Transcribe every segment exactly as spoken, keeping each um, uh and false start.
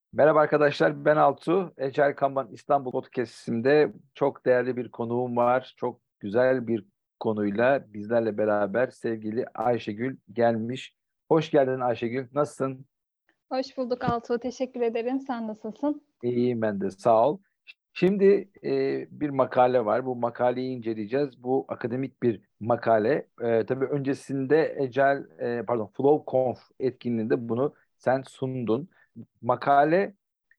Merhaba arkadaşlar, ben Altu. Ecel Kanban İstanbul Podcast'imde çok değerli bir konuğum var. Çok güzel bir konuyla bizlerle beraber sevgili Ayşegül gelmiş. Hoş geldin Ayşegül. Nasılsın? Hoş bulduk Altuğ. Teşekkür ederim. Sen nasılsın? İyiyim ben de, sağ ol. Şimdi e, bir makale var. Bu makaleyi inceleyeceğiz. Bu akademik bir makale. E, tabii öncesinde Ecel, e, pardon, FlowConf etkinliğinde bunu sen sundun. Makale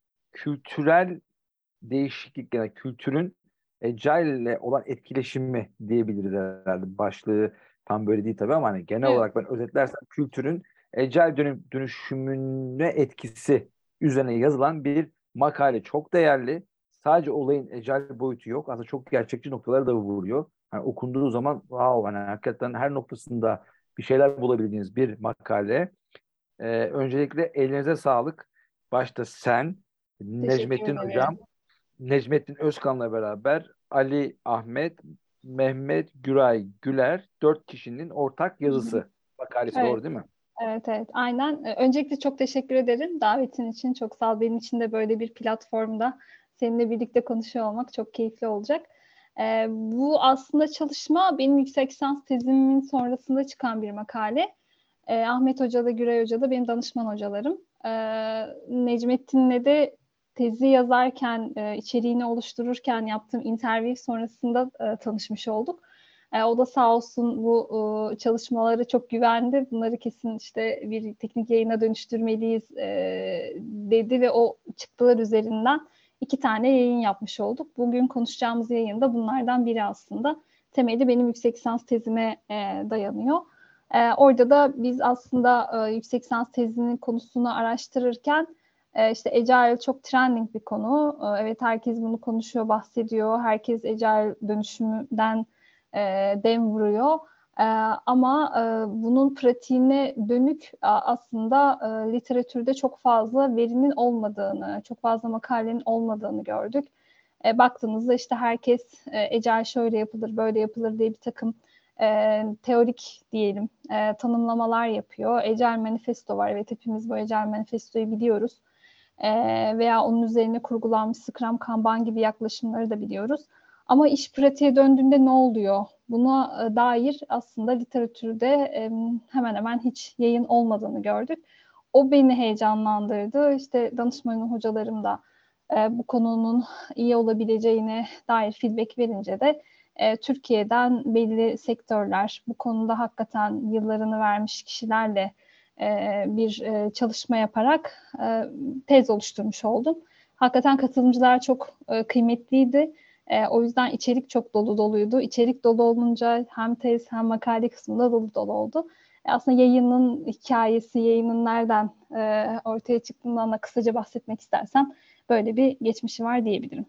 kültürel değişiklik, yani kültürün Agile ile olan etkileşimi diyebiliriz herhalde. Başlığı tam böyle değil tabii ama hani genel Evet. olarak ben özetlersem kültürün Agile dönüm, dönüşümüne etkisi üzerine yazılan bir makale. Çok değerli. Sadece olayın Agile boyutu yok. Aslında çok gerçekçi noktaları da vuruyor. Hani okunduğu zaman wow, hani hakikaten her noktasında bir şeyler bulabildiğiniz bir makale. Ee, öncelikle elinize sağlık. Başta sen, Teşekkür Necmettin ederim. Hocam, Necmettin Özkan'la beraber Ali Ahmet, Mehmet Güray Güler dört kişinin ortak Hı hı. yazısı. Makalesi, Evet, doğru değil mi? evet, evet. Aynen. Ee, Öncelikle çok teşekkür ederim davetin için. Çok sağ ol. Benim için de böyle bir platformda seninle birlikte konuşuyor olmak çok keyifli olacak. Ee, bu aslında çalışma benim yüksek lisans tezimin sonrasında çıkan bir makale. Ee, Ahmet Hoca da Güray Hoca da benim danışman hocalarım. Ee, Necmettin'le de tezi yazarken, e, içeriğini oluştururken yaptığım interview sonrasında e, tanışmış olduk. E, o da sağ olsun bu e, çalışmaları çok güvendi. Bunları kesin işte bir teknik yayına dönüştürmeliyiz e, dedi ve o çıktılar üzerinden iki tane yayın yapmış olduk. Bugün konuşacağımız yayın da bunlardan biri aslında. Temeli benim yüksek lisans tezime e, dayanıyor. E, orada da biz aslında e, yüksek lisans tezinin konusunu araştırırken e, işte Agile çok trending bir konu. E, evet, herkes bunu konuşuyor, bahsediyor. Herkes Agile dönüşümden e, dem vuruyor. E, ama e, bunun pratiğine dönük a, aslında e, literatürde çok fazla verinin olmadığını, çok fazla makalenin olmadığını gördük. E, baktığınızda işte herkes e, Agile şöyle yapılır, böyle yapılır diye bir takım e, teorik diyelim e, tanımlamalar yapıyor. Agile Manifesto var. Evet, hepimiz bu Agile Manifesto'yu biliyoruz. E, veya onun üzerine kurgulanmış Scrum, Kanban gibi yaklaşımları da biliyoruz. Ama iş pratiğe döndüğünde ne oluyor? Buna e, dair aslında literatürde e, hemen hemen hiç yayın olmadığını gördük. O beni heyecanlandırdı. İşte danışmanım hocalarım da e, bu konunun iyi olabileceğine dair feedback verince de e, Türkiye'den belli sektörler, bu konuda hakikaten yıllarını vermiş kişilerle e, bir e, çalışma yaparak e, tez oluşturmuş oldum. Hakikaten katılımcılar çok e, kıymetliydi. E, o yüzden içerik çok dolu doluydu. İçerik dolu olunca hem tez hem makale kısmında dolu dolu oldu. E, aslında yayının hikayesi, yayının nereden e, ortaya çıktığından da kısaca bahsetmek istersen böyle bir geçmişi var diyebilirim.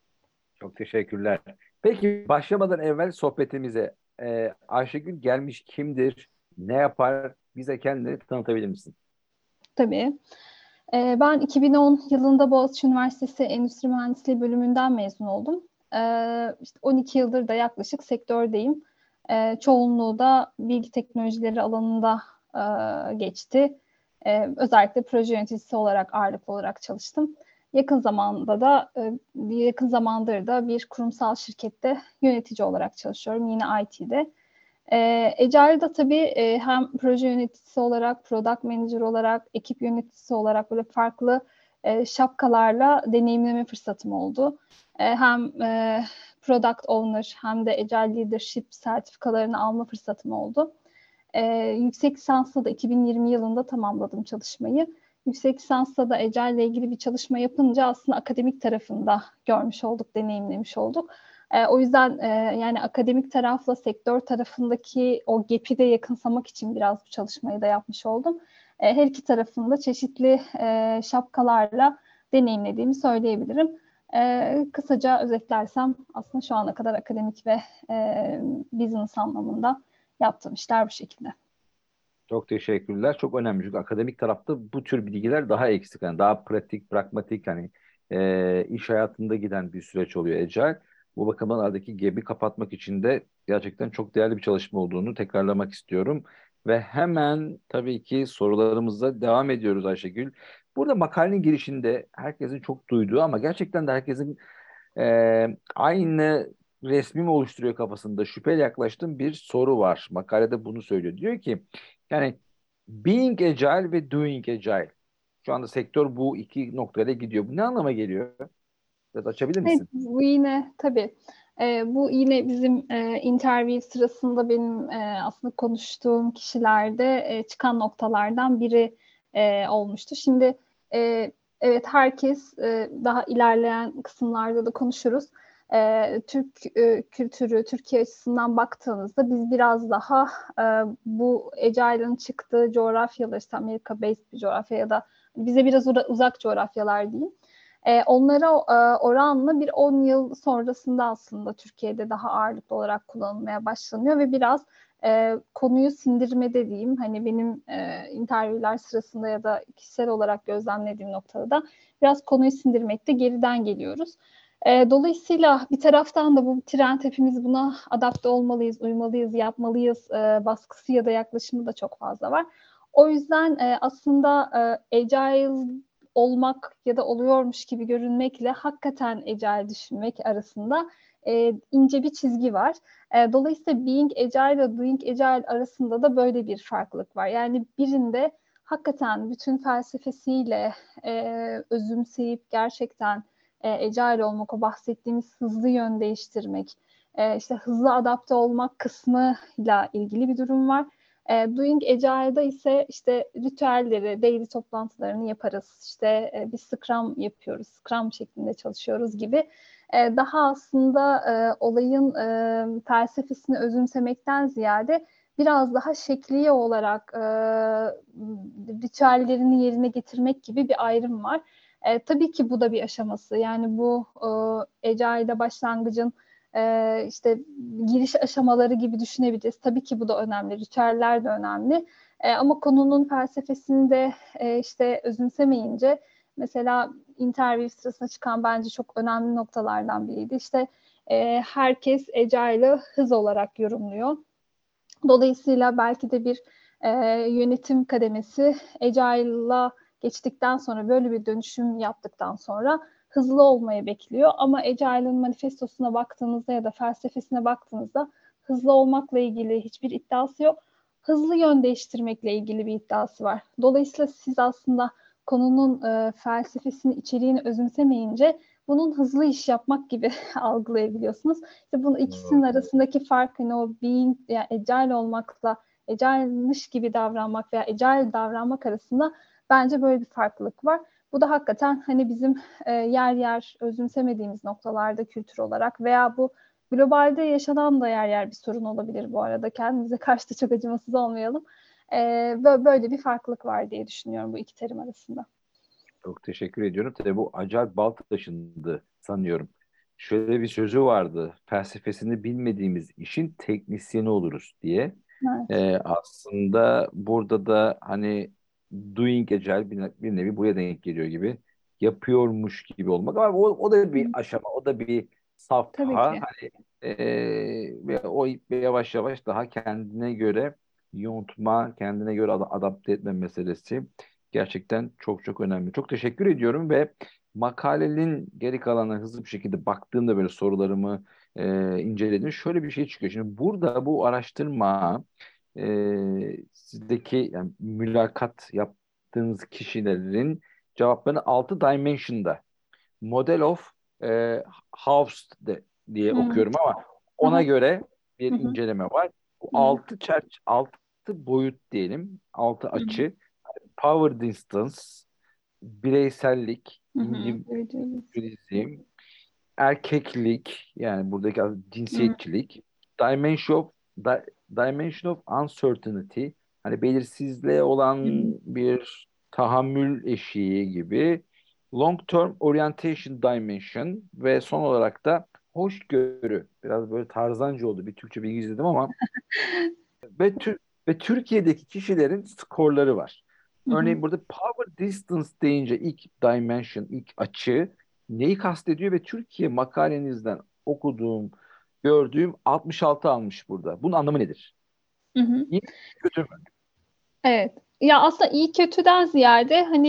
Çok teşekkürler. Peki başlamadan evvel sohbetimize e, Ayşegül gelmiş kimdir, ne yapar, bize kendini tanıtabilir misin? Tabii. Ee, ben iki bin on yılında Boğaziçi Üniversitesi Endüstri Mühendisliği bölümünden mezun oldum. Ee, işte on iki yıldır da yaklaşık sektördeyim. Ee, çoğunluğu da bilgi teknolojileri alanında e, geçti. Ee, özellikle proje yöneticisi olarak ağırlıklı olarak çalıştım. Yakın zamanda da e, bir yakın zamandır da bir kurumsal şirkette yönetici olarak çalışıyorum. Yine I T'de. E, Agile'da tabii e, hem proje yöneticisi olarak, product manager olarak, ekip yöneticisi olarak böyle farklı e, şapkalarla deneyimleme fırsatım oldu. E, hem e, product owner hem de Agile leadership sertifikalarını alma fırsatım oldu. E, yüksek lisansla da iki bin yirmi yılında tamamladım çalışmayı. Yüksek lisansta da Agile ile ilgili bir çalışma yapınca aslında akademik tarafında görmüş olduk, deneyimlemiş olduk. E, o yüzden e, yani akademik tarafla sektör tarafındaki o gap'i de yakınsamak için biraz bu çalışmayı da yapmış oldum. E, her iki tarafında çeşitli e, şapkalarla deneyimlediğimi söyleyebilirim. E, kısaca özetlersem aslında şu ana kadar akademik ve e, business anlamında yaptığım işler bu şekilde. Çok teşekkürler. Çok önemli çünkü akademik tarafta bu tür bilgiler daha eksik. Yani daha pratik, pragmatik, hani e, iş hayatında giden bir süreç oluyor Agile. Bu bakımdan aradaki gap'i kapatmak için de gerçekten çok değerli bir çalışma olduğunu tekrarlamak istiyorum. Ve hemen tabii ki sorularımıza devam ediyoruz Ayşegül. Burada makalenin girişinde herkesin çok duyduğu ama gerçekten de herkesin e, aynı resmi mi oluşturuyor kafasında şüpheyle yaklaştığım bir soru var. Makalede bunu söylüyor. Diyor ki yani being agile ve doing agile. Şu anda sektör bu iki noktaya gidiyor. Bu ne anlama geliyor? Biraz açabilir Evet, misin? bu yine tabii e, bu yine bizim e, interview sırasında benim e, aslında konuştuğum kişilerde e, çıkan noktalardan biri e, olmuştu. Şimdi e, evet, herkes e, daha ilerleyen kısımlarda da konuşuruz. E, Türk e, kültürü, Türkiye açısından baktığınızda biz biraz daha e, bu Agile'ın çıktığı coğrafyalar, işte Amerika based bir coğrafya ya da bize biraz ura- uzak coğrafyalar diyeyim. E, onlara e, oranla bir on yıl sonrasında aslında Türkiye'de daha ağırlıklı olarak kullanılmaya başlanıyor ve biraz e, konuyu sindirmede diyeyim, hani benim e, interviewler sırasında ya da kişisel olarak gözlemlediğim noktada da biraz konuyu sindirmekte geriden geliyoruz. E, dolayısıyla bir taraftan da bu trend, hepimiz buna adapte olmalıyız, uymalıyız, yapmalıyız e, baskısı ya da yaklaşımı da çok fazla var. O yüzden e, aslında e, agile olmak ya da oluyormuş gibi görünmekle hakikaten agile düşünmek arasında e, ince bir çizgi var. E, dolayısıyla being agile ile doing agile arasında da böyle bir farklılık var. Yani birinde hakikaten bütün felsefesiyle e, özümseyip gerçekten e, agile olmak, o bahsettiğimiz hızlı yön değiştirmek, e, işte hızlı adapte olmak kısmıyla ilgili bir durum var. E, Doing Agile'da ise işte ritüelleri, daily toplantılarını yaparız. İşte e, bir Scrum yapıyoruz, Scrum şeklinde çalışıyoruz gibi. E, daha aslında e, olayın e, felsefesini özümsemekten ziyade biraz daha şekliye olarak e, ritüellerini yerine getirmek gibi bir ayrım var. E, tabii ki bu da bir aşaması. Yani bu e, Agile'da başlangıcın e, işte giriş aşamaları gibi düşünebiliriz. Tabii ki bu da önemli, ritüeller de önemli. E, ama konunun felsefesini de e, işte özümsemeyince, mesela interview sırasında çıkan bence çok önemli noktalardan biriydi. İşte e, herkes Agile'ı hız olarak yorumluyor. Dolayısıyla belki de bir e, yönetim kademesi Agile'a geçtikten sonra, böyle bir dönüşüm yaptıktan sonra hızlı olmayı bekliyor. Ama Agile'ın manifestosuna baktığınızda ya da felsefesine baktığınızda hızlı olmakla ilgili hiçbir iddiası yok. Hızlı yön değiştirmekle ilgili bir iddiası var. Dolayısıyla siz aslında konunun e, felsefesini, içeriğini özümsemeyince bunun hızlı iş yapmak gibi algılayabiliyorsunuz. İşte bunun ikisinin arasındaki fark, hani o being, yani agile olmakla agile'mış gibi davranmak veya agile davranmak arasında bence böyle bir farklılık var. Bu da hakikaten hani bizim e, yer yer özümsemediğimiz noktalarda kültür olarak veya bu globalde yaşanan da yer yer bir sorun olabilir bu arada. Kendimize karşı da çok acımasız olmayalım. E, böyle bir farklılık var diye düşünüyorum bu iki terim arasında. Çok teşekkür ediyorum. Tabii bu Acar Baltaş'ındı sanıyorum. Şöyle bir sözü vardı. Felsefesini bilmediğimiz işin teknisyeni oluruz diye. Evet. Ee, aslında burada da hani doing agile bir, bir nevi buraya denk geliyor gibi. Yapıyormuş gibi olmak. Ama o, o da bir aşama. O da bir Tabii safha. ki. Hani, ee, ve o yavaş yavaş daha kendine göre yontma, kendine göre ad- adapte etme meselesi gerçekten çok çok önemli. Çok teşekkür ediyorum ve makalenin geri kalanına hızlı bir şekilde baktığımda böyle sorularımı e, inceledim. Şöyle bir şey çıkıyor. Şimdi burada bu araştırma e, sizdeki yani mülakat yaptığınız kişilerin cevaplarını altı dimension'da Model of e, House de, diye Hı. okuyorum ama ona Aha. göre bir Hı hı. inceleme var. Bu Evet. altı çerç altı boyut diyelim, altı Hı hı. açı. Power distance, bireysellik, Hı hı. Evet, evet. individualizm, erkeklik yani buradaki Hı cinsiyetçilik, dimension of, di- dimension of uncertainty hani belirsizliğe olan hı. bir tahammül eşiği gibi, long term orientation dimension ve son olarak da hoşgörü. Biraz böyle tarzanca oldu. Bir Türkçe bilgi izledim ama ve, Tür- ve Türkiye'deki kişilerin skorları var. Hı hı. Örneğin burada power distance deyince ilk dimension, ilk açı neyi kastediyor ve Türkiye makalenizden okuduğum, gördüğüm altmış altı almış burada. Bunun anlamı nedir? Hı hı. İyi mi, kötü mü? Evet. Ya aslında iyi kötüden ziyade hani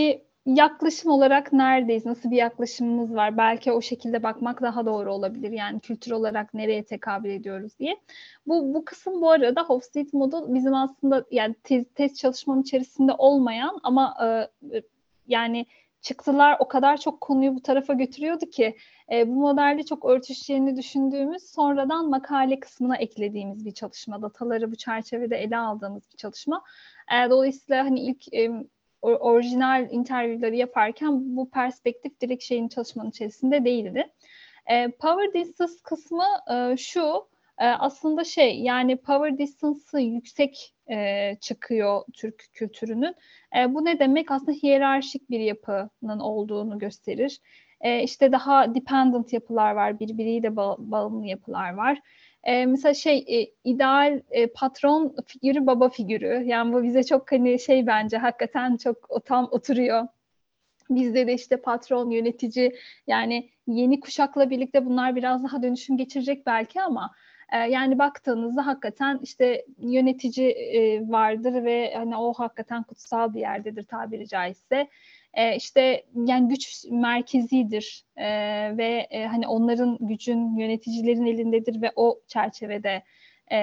yaklaşım olarak neredeyiz? Nasıl bir yaklaşımımız var? Belki o şekilde bakmak daha doğru olabilir. Yani kültür olarak nereye tekabül ediyoruz diye. Bu bu kısım bu arada Hofstede Model bizim aslında yani tez, tez çalışmam içerisinde olmayan ama e, yani çıktılar o kadar çok konuyu bu tarafa götürüyordu ki e, bu modelde çok örtüşeceğini düşündüğümüz sonradan makale kısmına eklediğimiz bir çalışma. Dataları bu çerçevede ele aldığımız bir çalışma. E, dolayısıyla hani ilk e, orijinal interviewları yaparken bu perspektif direkt şeyin çalışmanın içerisinde değildi. E, power distance kısmı e, şu e, aslında şey yani power distance'ı yüksek e, çıkıyor Türk kültürünün. E, bu ne demek? Aslında hiyerarşik bir yapının olduğunu gösterir. E, işte daha dependent yapılar var, birbiriyle ba- bağımlı yapılar var. E, mesela şey e, ideal e, patron figürü baba figürü. Yani bu bize çok hani şey bence hakikaten çok o, tam oturuyor. Bizde de işte patron, yönetici yani yeni kuşakla birlikte bunlar biraz daha dönüşüm geçirecek belki ama e, yani baktığınızda hakikaten işte yönetici e, vardır ve hani o hakikaten kutsal bir yerdedir tabiri caizse. E, işte yani güç merkezidir e, ve e, hani onların gücün yöneticilerin elindedir ve o çerçevede e,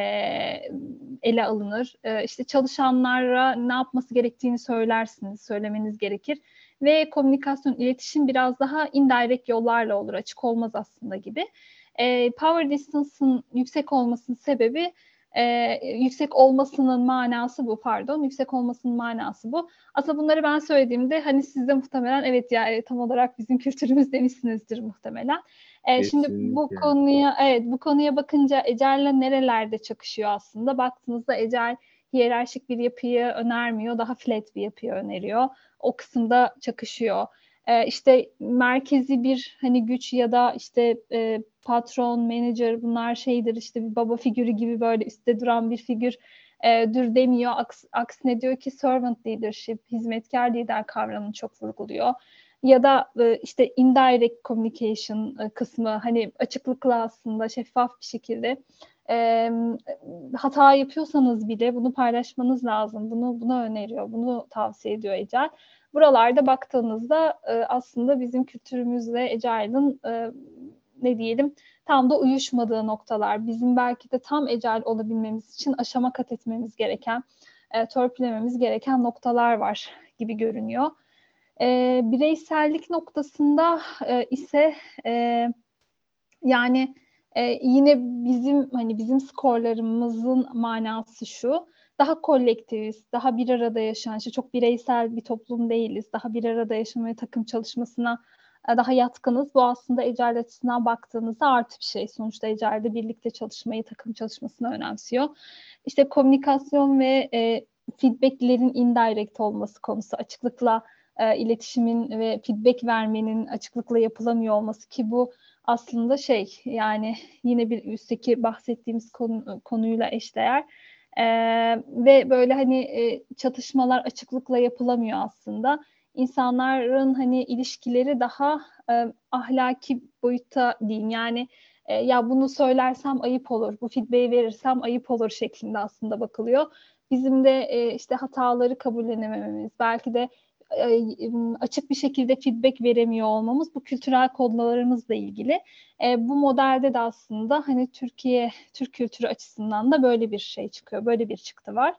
ele alınır. E, işte çalışanlara ne yapması gerektiğini söylersiniz, söylemeniz gerekir ve komünikasyon, iletişim biraz daha indirect yollarla olur, açık olmaz aslında gibi. E, power distance'ın yüksek olmasının sebebi, e, yüksek olmasının manası bu, pardon, yüksek olmasının manası bu. Aslında bunları ben söylediğimde hani siz de muhtemelen evet ya e, tam olarak bizim kültürümüz demişsinizdir muhtemelen. E, şimdi bu Kesinlikle. konuya evet bu konuya bakınca Ecel'le nerelerde çakışıyor aslında? Baktığınızda Ecel hiyerarşik bir yapıyı önermiyor, daha flat bir yapıyı öneriyor. O kısımda çakışıyor. Ee, işte merkezi bir hani güç ya da işte e, patron, manager bunlar şeydir işte bir baba figürü gibi böyle üstte duran bir figür e, dür demiyor. Aks, aksine diyor ki servant leadership, hizmetkar lider kavramını çok vurguluyor. Ya da e, işte indirect communication e, kısmı hani açıklıkla aslında şeffaf bir şekilde e, hata yapıyorsanız bile bunu paylaşmanız lazım. Bunu bunu öneriyor, bunu tavsiye ediyor Ecel. Buralarda baktığınızda e, aslında bizim kültürümüzle Ecel'in e, ne diyelim tam da uyuşmadığı noktalar. Bizim belki de tam Ecel olabilmemiz için aşama kat etmemiz gereken, e, törpülememiz gereken noktalar var gibi görünüyor. E, bireysellik noktasında e, ise e, yani e, yine bizim hani bizim skorlarımızın manası şu. Daha kolektiviz, daha bir arada yaşayan, işte çok bireysel bir toplum değiliz. Daha bir arada yaşamaya, takım çalışmasına e, daha yatkınız. Bu aslında Ecel açısından baktığınızda artı bir şey. Sonuçta Ecel'de birlikte çalışmayı, takım çalışmasını önemsiyor. İşte komünikasyon ve e, feedbacklerin indirect olması konusu açıklıkla e, iletişimin ve feedback vermenin açıklıkla yapılamıyor olması ki bu aslında şey yani yine bir üstteki bahsettiğimiz konu, konuyla eşdeğer ee, ve böyle hani e, çatışmalar açıklıkla yapılamıyor aslında. İnsanların hani ilişkileri daha e, ahlaki boyutta diyeyim yani e, ya bunu söylersem ayıp olur, bu feedback'i verirsem ayıp olur şeklinde aslında bakılıyor. Bizim de e, işte hataları kabullenemememiz, belki de açık bir şekilde feedback veremiyor olmamız bu kültürel kodlarımızla ilgili. E, bu modelde de aslında hani Türkiye, Türk kültürü açısından da böyle bir şey çıkıyor. Böyle bir çıktı var.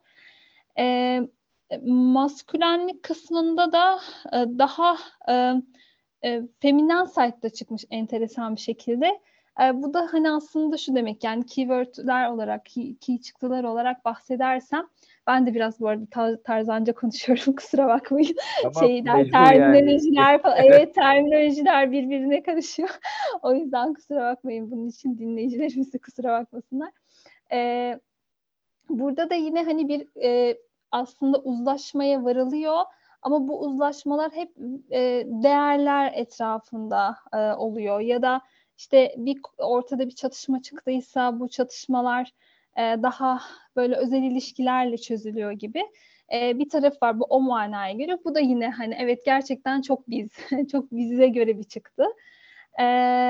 E, Maskülenlik kısmında da e, daha e, e, feminen site'da çıkmış enteresan bir şekilde. E, bu da hani aslında şu demek yani keywordler olarak, key, key çıktılar olarak bahsedersem ben de biraz bu arada tar- tarzanca konuşuyorum kusura bakmayın. Ama Şeyler, mecbur yani. terminolojiler falan. Evet, terminolojiler birbirine karışıyor. O yüzden kusura bakmayın. Bunun için dinleyicilerimiz de kusura bakmasınlar. Ee, Burada da yine hani bir e, aslında uzlaşmaya varılıyor. Ama bu uzlaşmalar hep e, değerler etrafında e, oluyor. Ya da işte bir ortada bir çatışma çıktıysa bu çatışmalar e, daha böyle özel ilişkilerle çözülüyor gibi. E, bir taraf var bu o manaya göre. Bu da yine hani evet gerçekten çok biz, çok bize göre bir çıktı. E,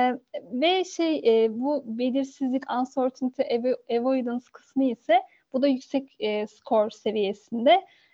Ve şey e, bu belirsizlik, uncertainty, avoidance kısmı ise bu da yüksek e, skor seviyesinde.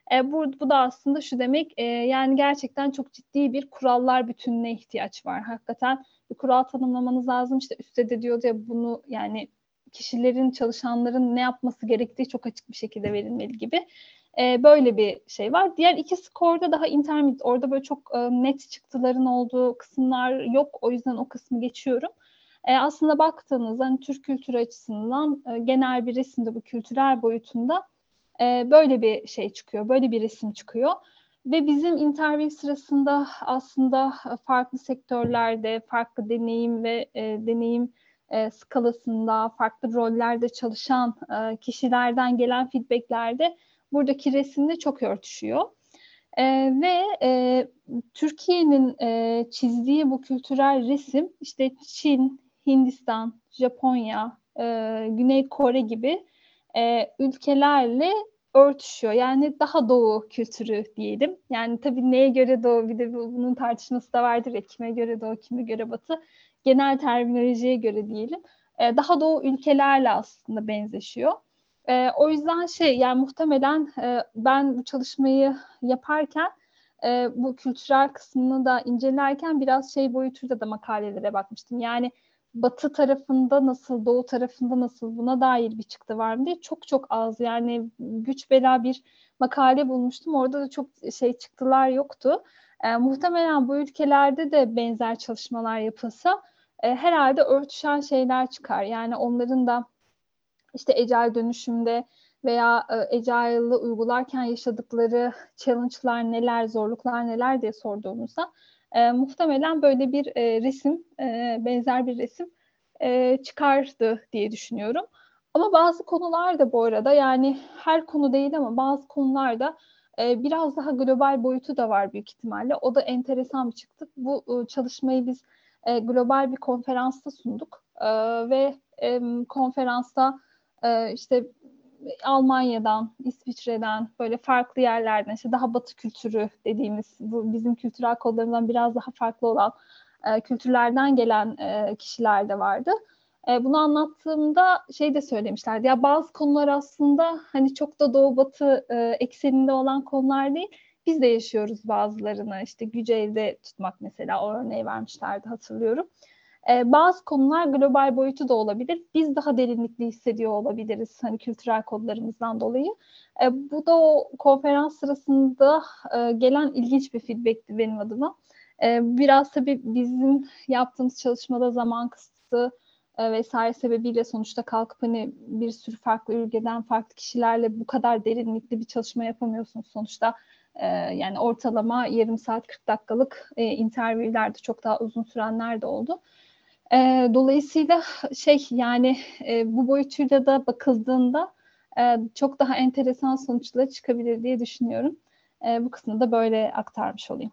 E, bu, bu da aslında şu demek, e, yani gerçekten çok ciddi bir kurallar bütününe ihtiyaç var. Hakikaten bir kural tanımlamanız lazım. İşte üstte de diyordu ya, bunu yani kişilerin, çalışanların ne yapması gerektiği çok açık bir şekilde verilmeli gibi. E, böyle bir şey var. Diğer iki skorda daha intermediate. Orada böyle çok e, net çıktıların olduğu kısımlar yok. O yüzden o kısmı geçiyorum. E, aslında baktığınızda hani Türk kültürü açısından e, genel bir resimde bu kültürel boyutunda e, böyle bir şey çıkıyor. Böyle bir resim çıkıyor. Ve bizim interview sırasında aslında farklı sektörlerde, farklı deneyim ve e, deneyim e, skalasında, farklı rollerde çalışan e, kişilerden gelen feedbacklerde buradaki resimle çok örtüşüyor. E, ve e, Türkiye'nin e, çizdiği bu kültürel resim işte Çin, Hindistan, Japonya, e, Güney Kore gibi e, ülkelerle örtüşüyor. Yani daha doğu kültürü diyelim. Yani tabii neye göre doğu, bir de bunun tartışması da vardır ya, kime göre doğu, kime göre batı. Genel terminolojiye göre diyelim. E, daha doğu ülkelerle aslında benzeşiyor. E, o yüzden şey, yani muhtemelen e, ben bu çalışmayı yaparken e, bu kültürel kısmını da incelerken biraz şey boyutuyla da makalelere bakmıştım. Yani batı tarafında nasıl, doğu tarafında nasıl, buna dair bir çıktı var mı diye çok çok az. Yani güç bela bir makale bulmuştum. Orada da çok şey çıktılar yoktu. E, muhtemelen bu ülkelerde de benzer çalışmalar yapılsa e, herhalde örtüşen şeyler çıkar. Yani onların da işte Agile dönüşümde veya e, Agile'ı uygularken yaşadıkları challenge'lar neler, zorluklar neler diye sorduğumuzda e, muhtemelen böyle bir e, resim, e, benzer bir resim e, çıkardı diye düşünüyorum. Ama bazı konularda bu arada, yani her konu değil ama bazı konularda e, biraz daha global boyutu da var büyük ihtimalle. O da enteresan bir çıktı. Bu e, çalışmayı biz e, global bir konferansta sunduk e, ve e, konferansta e, işte Almanya'dan, İsviçre'den, böyle farklı yerlerden, işte daha batı kültürü dediğimiz, bu bizim kültürel kodlarımızdan biraz daha farklı olan e, kültürlerden gelen e, kişiler de vardı. E, bunu anlattığımda şey de söylemişlerdi. Ya bazı konular aslında hani çok da doğu batı e, ekseninde olan konular değil. Biz de yaşıyoruz bazılarını. İşte gücü elde tutmak mesela, o örneği vermişlerdi, hatırlıyorum. Ee, bazı konular global boyutu da olabilir. Biz daha derinlikli hissediyor olabiliriz hani kültürel kodlarımızdan dolayı. Ee, bu da o konferans sırasında e, gelen ilginç bir feedbackti benim adıma. Ee, biraz tabii bizim yaptığımız çalışmada zaman kısıtı e, vesaire sebebiyle sonuçta kalkıp hani bir sürü farklı ülkeden farklı kişilerle bu kadar derinlikli bir çalışma yapamıyorsunuz sonuçta. E, yani ortalama yarım saat kırk dakikalık e, interview'lerde çok daha uzun sürenler de oldu. E, dolayısıyla şey, yani e, bu boyutuyla da bakıldığında e, çok daha enteresan sonuçlar çıkabilir diye düşünüyorum. E, bu kısmını da böyle aktarmış olayım.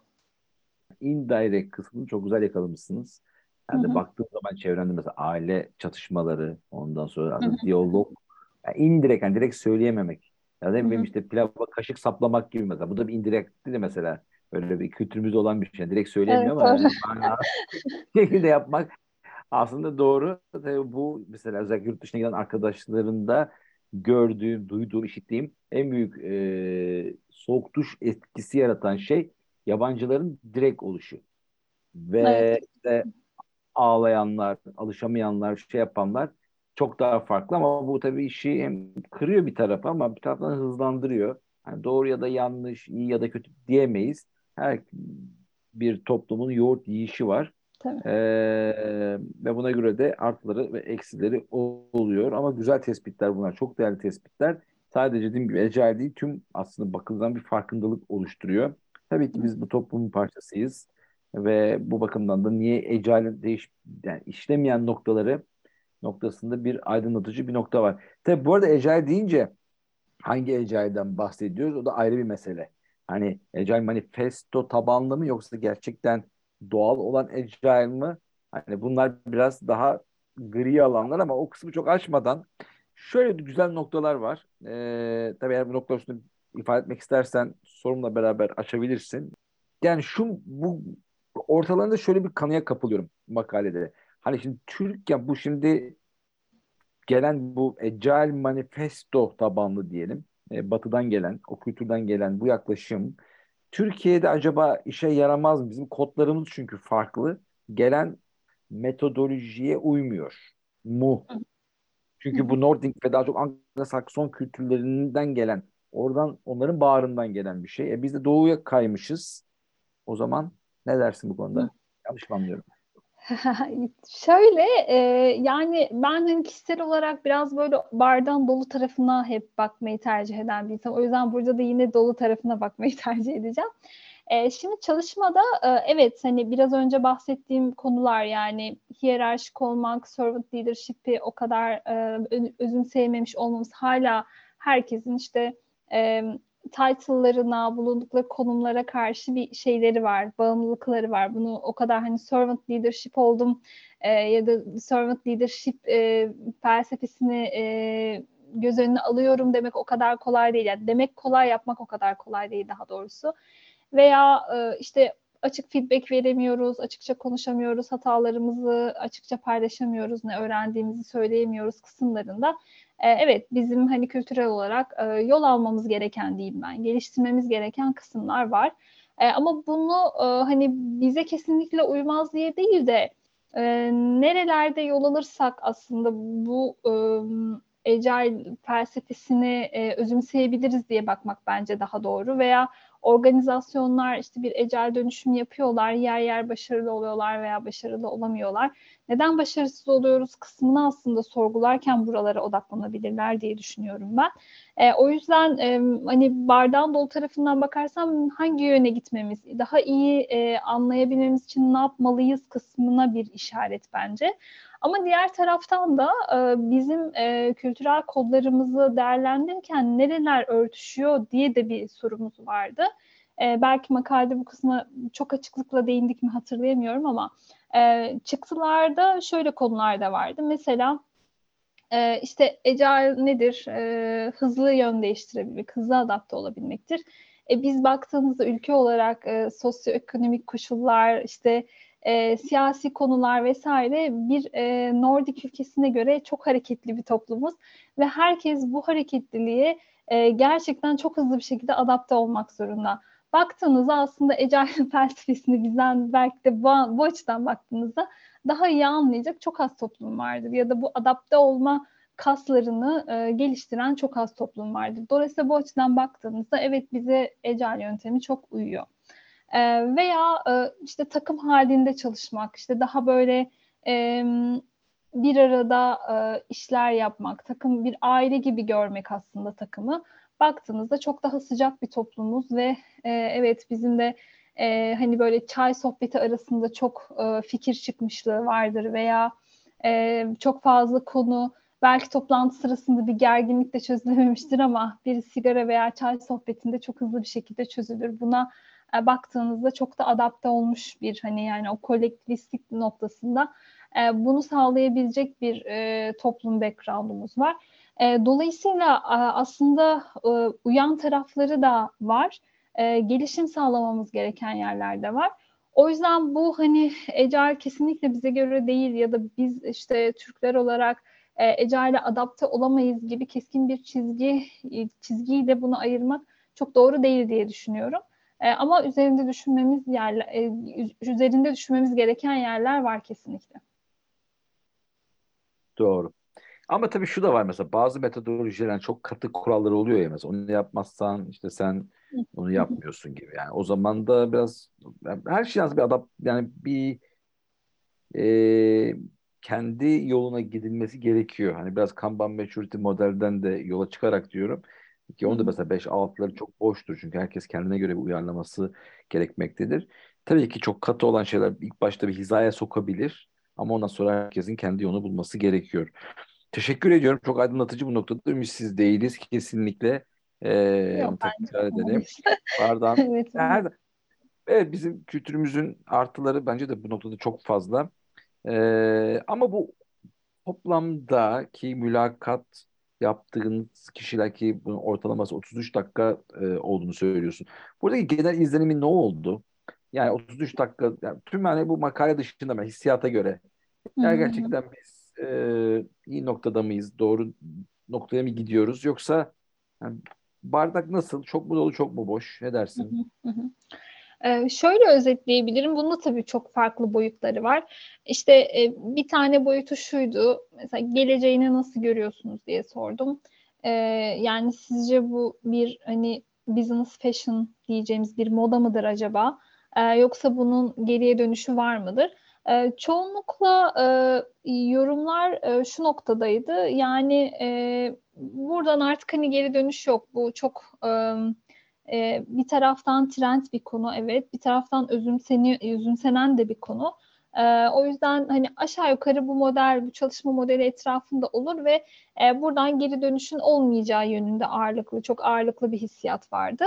Indirect kısmını çok güzel yakalamışsınız. Hı Yani de hı, baktığım zaman çevremde mesela aile çatışmaları, ondan sonra hı hı. aslında diyalog, yani indirekt, yani direkt söyleyememek. Ya da Hı ne bileyim hı. işte pilava kaşık saplamak gibi mesela. Bu da bir indirekt değil de mesela. Böyle bir kültürümüzde olan bir şey. Yani direkt Evet, söyleyemiyor ama doğru. yani mana şekilde yapmak aslında doğru. Tabii bu mesela özellikle yurt dışına giden arkadaşlarında gördüğüm, duyduğum, işittiğim en büyük e, soğuk duş etkisi yaratan şey yabancıların direkt oluşu. Evet. Ve işte ağlayanlar, alışamayanlar, şey yapanlar çok daha farklı ama bu tabii işi hem kırıyor bir tarafa ama bir taraftan hızlandırıyor. Yani doğru ya da yanlış, iyi ya da kötü diyemeyiz. Her bir toplumun yoğurt yiyişi var. Tabii. Ee, ve buna göre de artıları ve eksileri oluyor. Ama güzel tespitler bunlar. Çok değerli tespitler. Sadece dediğim gibi Ecel değil, tüm aslında bakılan bir farkındalık oluşturuyor. Tabii ki biz bu toplumun parçasıyız. Ve bu bakımdan da niye Ecel'in değiş, yani işlemeyen noktaları noktasında bir aydınlatıcı bir nokta var. Tabii bu arada Ecel deyince hangi Agile'den bahsediyoruz? O da ayrı bir mesele. Hani Agile manifesto tabanlı mı yoksa gerçekten doğal olan Agile mı? Hani bunlar biraz daha gri alanlar ama o kısmı çok açmadan şöyle güzel noktalar var. Ee, tabii eğer bu noktalar üstünde ifade etmek istersen sorumla beraber açabilirsin. Yani şu bu ortalarında şöyle bir kanıya kapılıyorum makalede. Hani şimdi Türk, ya bu şimdi gelen bu Agile manifesto tabanlı diyelim. e, batıdan gelen, o kültürden gelen bu yaklaşım Türkiye'de acaba işe yaramaz mı? Bizim kodlarımız çünkü farklı. Gelen metodolojiye uymuyor mu? Hı Çünkü hı. bu Nordik ve daha çok Anglo-Sakson kültürlerinden gelen, oradan onların bağrından gelen bir şey. E biz de doğuya kaymışız. O zaman ne dersin bu Hı. konuda? Yanlış mı anlıyorum? Şöyle e, yani ben hani kişisel olarak biraz böyle bardağın dolu tarafına hep bakmayı tercih eden bir insan. O yüzden burada da yine dolu tarafına bakmayı tercih edeceğim. E, şimdi çalışmada e, evet hani biraz önce bahsettiğim konular yani hiyerarşik olmak, servant leadership'i o kadar e, ö- özümseyememiş olmamız hala herkesin işte e, title'larına, bulundukları konumlara karşı bir şeyleri var, bağımlılıkları var. Bunu o kadar hani servant leadership oldum e, ya da servant leadership e, felsefesini e, göz önüne alıyorum demek o kadar kolay değil. Yani demek kolay, yapmak o kadar kolay değil daha doğrusu. Veya e, işte açık feedback veremiyoruz, açıkça konuşamıyoruz, hatalarımızı açıkça paylaşamıyoruz, ne öğrendiğimizi söyleyemiyoruz kısımlarında. E, evet, bizim hani kültürel olarak e, yol almamız gereken diyeyim ben, geliştirmemiz gereken kısımlar var. E, ama bunu e, hani bize kesinlikle uymaz diye değil de e, nerelerde yol alırsak aslında bu e, Agile felsefesini e, özümseyebiliriz diye bakmak bence daha doğru. Veya organizasyonlar işte bir ecel dönüşüm yapıyorlar, yer yer başarılı oluyorlar veya başarılı olamıyorlar. Neden başarısız oluyoruz kısmını aslında sorgularken buralara odaklanabilirler diye düşünüyorum ben. E, o yüzden e, hani bardağın dolu tarafından bakarsam hangi yöne gitmemiz, daha iyi e, anlayabilmemiz için ne yapmalıyız kısmına bir işaret bence. Ama diğer taraftan da e, bizim e, kültürel kodlarımızı değerlendirirken nereler örtüşüyor diye de bir sorumuz vardı. E, belki makalede bu kısma çok açıklıkla değindik mi hatırlayamıyorum ama e, çıktılarda şöyle konular da vardı. Mesela e, işte Agile nedir? E, hızlı yön değiştirebilmek, hızlı adapte olabilmektir. E, biz baktığımızda ülke olarak e, sosyoekonomik koşullar, işte e, siyasi konular vesaire bir e, Nordik ülkesine göre çok hareketli bir toplumuz ve herkes bu hareketliliğe e, gerçekten çok hızlı bir şekilde adapte olmak zorunda. Baktığınızda aslında Agile felsefesini bizden belki de bu, bu açıdan baktığınızda daha iyi anlayacak çok az toplum vardır ya da bu adapte olma kaslarını e, geliştiren çok az toplum vardır. Dolayısıyla bu açıdan baktığımızda evet bize Agile yöntemi çok uyuyor. E, veya e, işte takım halinde çalışmak, işte daha böyle e, bir arada e, işler yapmak, takım bir aile gibi görmek aslında takımı. Baktığınızda çok daha sıcak bir toplumuz ve e, evet bizim de e, hani böyle çay sohbeti arasında çok e, fikir çıkmışlığı vardır veya e, çok fazla konu belki toplantı sırasında bir gerginlikle çözülememiştir ama bir sigara veya çay sohbetinde çok hızlı bir şekilde çözülür. Buna e, baktığınızda çok da adapte olmuş bir hani yani o kolektivistlik noktasında e, bunu sağlayabilecek bir e, toplum background'umuz var. E, dolayısıyla e, aslında e, uyan tarafları da var. E, gelişim sağlamamız gereken yerler de var. O yüzden bu hani Agile kesinlikle bize göre değil ya da biz işte Türkler olarak e, Agile'e adapte olamayız gibi keskin bir çizgi çizgiyle bunu ayırmak çok doğru değil diye düşünüyorum. E, ama üzerinde düşünmemiz yerler, e, üzerinde düşünmemiz gereken yerler var kesinlikle. Doğru. Ama tabii şu da var, mesela bazı metodolojilerin çok katı kuralları oluyor ya, mesela onu yapmazsan işte sen onu yapmıyorsun gibi. Yani o zaman da biraz yani her şey aslında bir adapt, yani bir e, kendi yoluna gidilmesi gerekiyor. Hani biraz Kanban Maturity modelden de yola çıkarak diyorum ki onu da mesela beş altıları çok boştur. Çünkü herkes kendine göre bir uyarlaması gerekmektedir. Tabii ki çok katı olan şeyler ilk başta bir hizaya sokabilir. Ama ondan sonra herkesin kendi yolunu bulması gerekiyor. Teşekkür ediyorum. Çok aydınlatıcı bu noktada. Ümitsiz değiliz kesinlikle. Ee, Yok onu bence tekrar edelim. olmalıyız. Pardon. Evet. Her, evet, bizim kültürümüzün artıları bence de bu noktada çok fazla. Ee, ama bu toplamdaki mülakat yaptığınız kişiler, ki bunun ortalaması otuz üç dakika e, olduğunu söylüyorsun. Buradaki genel izlenimin ne oldu? Yani otuz üç dakika, yani tüm yani bu makale dışında ben hissiyata göre Hı yani hı. gerçekten biz e, iyi noktada mıyız? Doğru noktaya mı gidiyoruz? Yoksa yani bardak nasıl? Çok mu dolu, çok mu boş? Ne Hı dersin? hı, hı hı. Ee, şöyle özetleyebilirim. Bunun da tabii çok farklı boyutları var. İşte e, bir tane boyutu şuydu. Mesela geleceğini nasıl görüyorsunuz diye sordum. Ee, yani sizce bu bir hani business fashion diyeceğimiz bir moda mıdır acaba? Ee, yoksa bunun geriye dönüşü var mıdır? Ee, çoğunlukla e, yorumlar e, şu noktadaydı. Yani e, buradan artık hani geri dönüş yok. Bu çok e, ee, bir taraftan trend bir konu, evet. Bir taraftan özümseniyor, özümsenen de bir konu. Ee, o yüzden hani aşağı yukarı bu model, bu çalışma modeli etrafında olur ve e, buradan geri dönüşün olmayacağı yönünde ağırlıklı, çok ağırlıklı bir hissiyat vardı.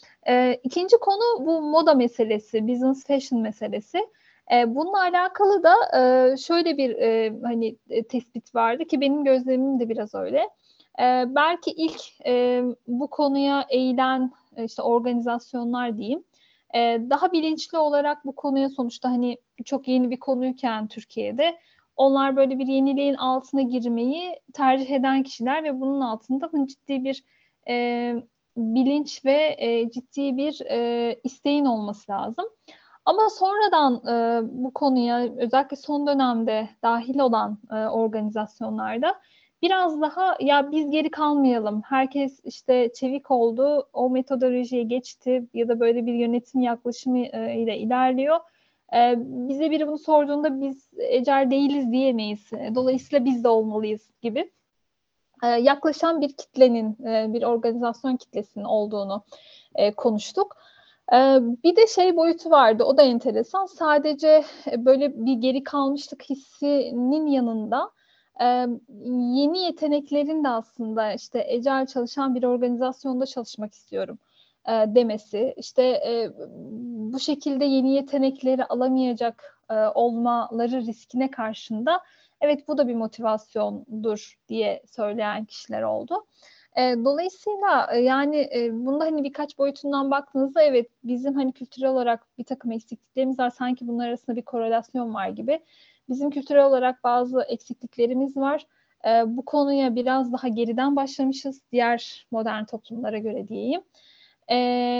Ee, ikinci konu bu moda meselesi, business fashion meselesi. Ee, bununla alakalı da e, şöyle bir e, hani e, tespit vardı ki benim gözlemim de biraz öyle. Ee, belki ilk e, bu konuya eğilen e, işte organizasyonlar diyeyim, e, daha bilinçli olarak bu konuya sonuçta hani çok yeni bir konuyken Türkiye'de onlar böyle bir yeniliğin altına girmeyi tercih eden kişiler ve bunun altında hani ciddi bir e, bilinç ve e, ciddi bir e, isteğin olması lazım. Ama sonradan e, bu konuya özellikle son dönemde dahil olan e, organizasyonlarda biraz daha ya biz geri kalmayalım. Herkes işte çevik oldu, o metodolojiye geçti ya da böyle bir yönetim yaklaşımı e, ile ilerliyor. E, bize biri bunu sorduğunda biz ecel değiliz diyemeyiz. Dolayısıyla biz de olmalıyız gibi e, yaklaşan bir kitlenin, e, bir organizasyon kitlesinin olduğunu e, konuştuk. E, bir de şey boyutu vardı, o da enteresan. Sadece e, böyle bir geri kalmışlık hissinin yanında e, yeni yeteneklerin de aslında işte ecel çalışan bir organizasyonda çalışmak istiyorum e, demesi. İşte e, bu şekilde yeni yetenekleri alamayacak e, olmaları riskine karşında evet bu da bir motivasyondur diye söyleyen kişiler oldu. E, dolayısıyla e, yani e, bunda hani birkaç boyutundan baktığınızda evet bizim hani kültürel olarak bir takım eksikliklerimiz var. Sanki bunlar arasında bir korelasyon var gibi. Bizim kültürel olarak bazı eksikliklerimiz var. E, bu konuya biraz daha geriden başlamışız diğer modern toplumlara göre diyeyim. E,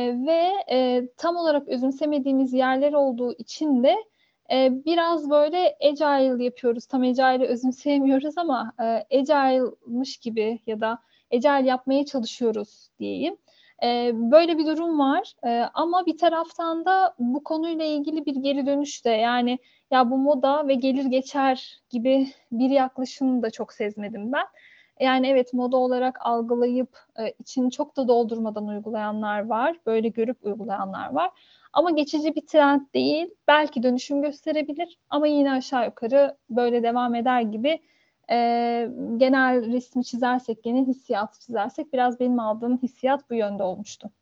ve e, tam olarak özümsemediğimiz yerler olduğu için de e, biraz böyle agile yapıyoruz. Tam agile'i özümseyemiyoruz ama e, agile'mış gibi ya da agile yapmaya çalışıyoruz diyeyim. E, böyle bir durum var. E, ama bir taraftan da bu konuyla ilgili bir geri dönüş de yani ya bu moda ve gelir geçer gibi bir yaklaşım da çok sezmedim ben. Yani evet moda olarak algılayıp e, içini çok da doldurmadan uygulayanlar var. Böyle görüp uygulayanlar var. Ama geçici bir trend değil. Belki dönüşüm gösterebilir ama yine aşağı yukarı böyle devam eder gibi e, genel resmi çizersek, genel hissiyatı çizersek biraz benim aldığım hissiyat bu yönde olmuştu.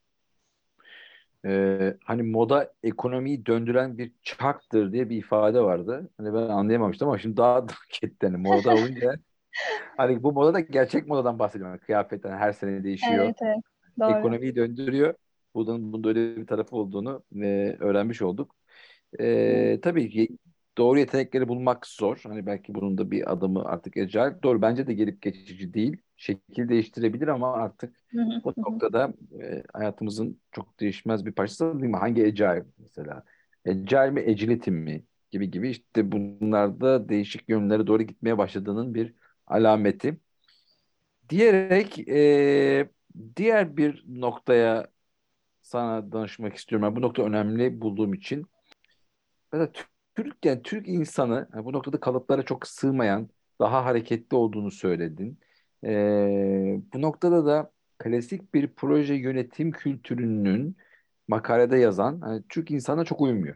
Ee, hani moda ekonomiyi döndüren bir çarktır diye bir ifade vardı. Hani ben anlayamamıştım ama şimdi daha da etti. Hani moda olunca hani bu moda da gerçek modadan bahsediyorum. Yani kıyafetten her sene değişiyor. Evet, evet. Doğru. Ekonomiyi döndürüyor. Bunun, bunun öyle bir tarafı olduğunu e, öğrenmiş olduk. E, tabii ki doğru yetenekleri bulmak zor. Hani belki bunun da bir adımı artık ecel. Doğru bence de gelip geçici değil. Şekil değiştirebilir ama artık Hı hı, bu hı hı. noktada e, hayatımızın çok değişmez bir parçası değil mi? Hangi ecel mesela? Ecel mi, agility mi? Gibi gibi işte bunlarda değişik yönlere doğru gitmeye başladığının bir alameti. Diyerek e, diğer bir noktaya sana danışmak istiyorum. Yani bu nokta önemli bulduğum için. Mesela Türk, yani Türk insanı yani bu noktada kalıplara çok sığmayan, daha hareketli olduğunu söyledin. Ee, bu noktada da klasik bir proje yönetim kültürünün makalede yazan hani Türk insana çok uymuyor.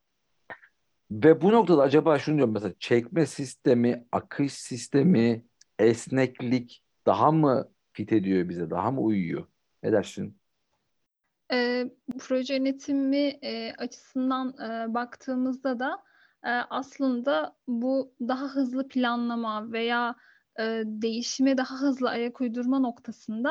Ve bu noktada acaba şunu diyorum mesela çekme sistemi, akış sistemi, esneklik daha mı fit ediyor bize, daha mı uyuyor? Ne dersin? E, proje yönetimi e, açısından e, baktığımızda da e, aslında bu daha hızlı planlama veya e, değişime daha hızlı ayak uydurma noktasında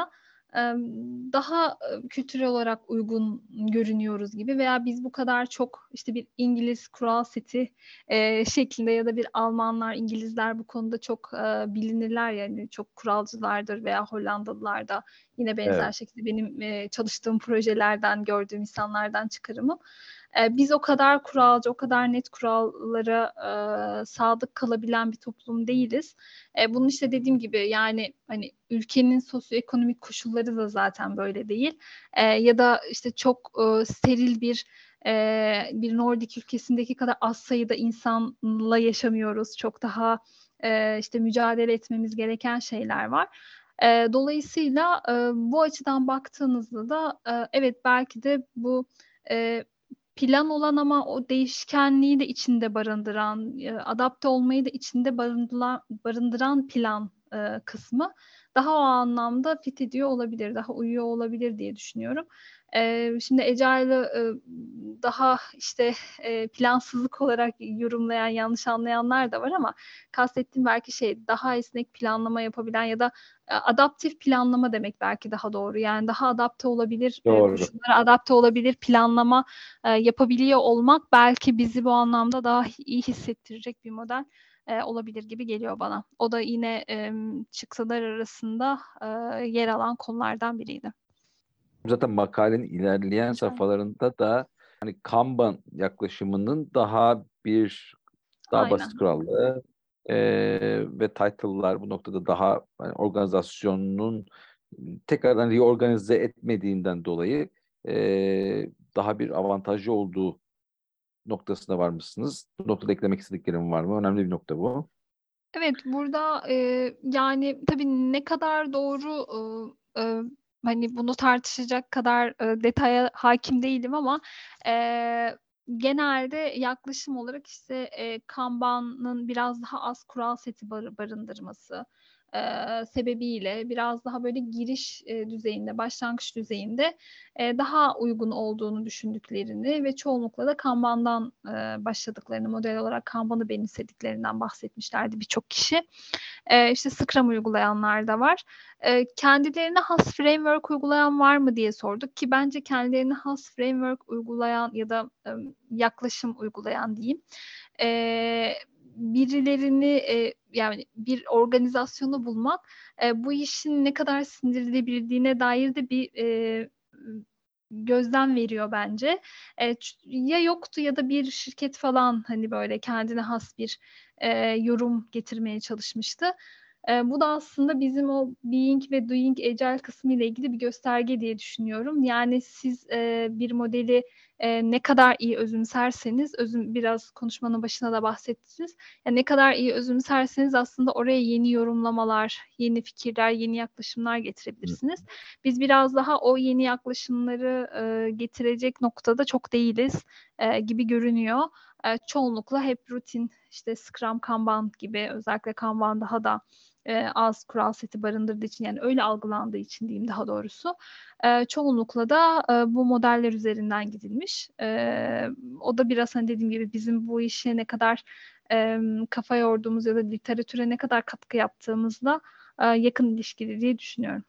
daha kültürel olarak uygun görünüyoruz gibi veya biz bu kadar çok işte bir İngiliz kural seti e, şeklinde ya da bir Almanlar, İngilizler bu konuda çok e, bilinirler yani çok kuralcılardır veya Hollandalılar da yine benzer Evet. şekilde benim e, çalıştığım projelerden gördüğüm insanlardan çıkarımım. E, biz o kadar kuralcı, o kadar net kurallara e, sadık kalabilen bir toplum değiliz. E, bunun işte dediğim gibi yani hani ülkenin sosyoekonomik koşulları da zaten böyle değil. E, ya da işte çok e, steril bir e, bir Nordik ülkesindeki kadar az sayıda insanla yaşamıyoruz. Çok daha e, işte mücadele etmemiz gereken şeyler var. E, dolayısıyla e, bu açıdan baktığınızda da e, evet belki de bu e, plan olan ama o değişkenliği de içinde barındıran, e, adapte olmayı da içinde barındıran, barındıran plan e, kısmı daha o anlamda fit ediyor olabilir, daha uyuyor olabilir diye düşünüyorum. E, şimdi Agile'ı e, daha işte e, plansızlık olarak yorumlayan, yanlış anlayanlar da var ama kastettiğim belki şey daha esnek planlama yapabilen ya da e, adaptif planlama demek belki daha doğru. Yani daha adapte olabilir, e, Doğru. koşullara adapte olabilir planlama e, yapabiliyor olmak belki bizi bu anlamda daha iyi hissettirecek bir model e, olabilir gibi geliyor bana. O da yine e, çıktılar arasında e, yer alan konulardan biriydi. Zaten makalenin ilerleyen Güzel. safhalarında da hani Kanban yaklaşımının daha bir daha basit Aynen. kurallı e, ve title'lar bu noktada daha hani organizasyonun tekrardan reorganize etmediğinden dolayı e, daha bir avantajlı olduğu noktasına varmışsınız. Bu noktada eklemek istediklerim var mı? Önemli bir nokta bu. Evet, burada e, yani tabii ne kadar doğru e, e, hani bunu tartışacak kadar e, detaya hakim değilim ama e, genelde yaklaşım olarak işte e, Kanban'ın biraz daha az kural seti bar- barındırması e, sebebiyle biraz daha böyle giriş e, düzeyinde, başlangıç düzeyinde e, daha uygun olduğunu düşündüklerini ve çoğunlukla da Kanban'dan e, başladıklarını, model olarak Kanban'ı benimsediklerinden bahsetmişlerdi birçok kişi. E, işte Scrum uygulayanlar da var. E, kendilerine has framework uygulayan var mı diye sorduk ki bence kendilerine has framework uygulayan ya da e, yaklaşım uygulayan diyeyim. E, birilerini e, yani bir organizasyonu bulmak e, bu işin ne kadar sindirilebildiğine dair de bir e, gözlem veriyor bence. E, ya yoktu ya da bir şirket falan hani böyle kendine has bir e, yorum getirmeye çalışmıştı. E, bu da aslında bizim o being ve doing agile kısmı ile ilgili bir gösterge diye düşünüyorum. Yani siz e, bir modeli e, ne kadar iyi özümserseniz, özüm biraz konuşmanın başına da bahsettiniz. Yani ne kadar iyi özümserseniz aslında oraya yeni yorumlamalar, yeni fikirler, yeni yaklaşımlar getirebilirsiniz. Biz biraz daha o yeni yaklaşımları e, getirecek noktada çok değiliz e, gibi görünüyor. E, çoğunlukla hep rutin işte Scrum, Kanban gibi özellikle Kanban daha da e, az kural seti barındırdığı için yani öyle algılandığı için diyeyim daha doğrusu. E, çoğunlukla da e, bu modeller üzerinden gidilmiş. E, o da biraz hani dediğim gibi bizim bu işe ne kadar e, kafa yorduğumuz ya da literatüre ne kadar katkı yaptığımızla e, yakın ilişkili diye düşünüyorum.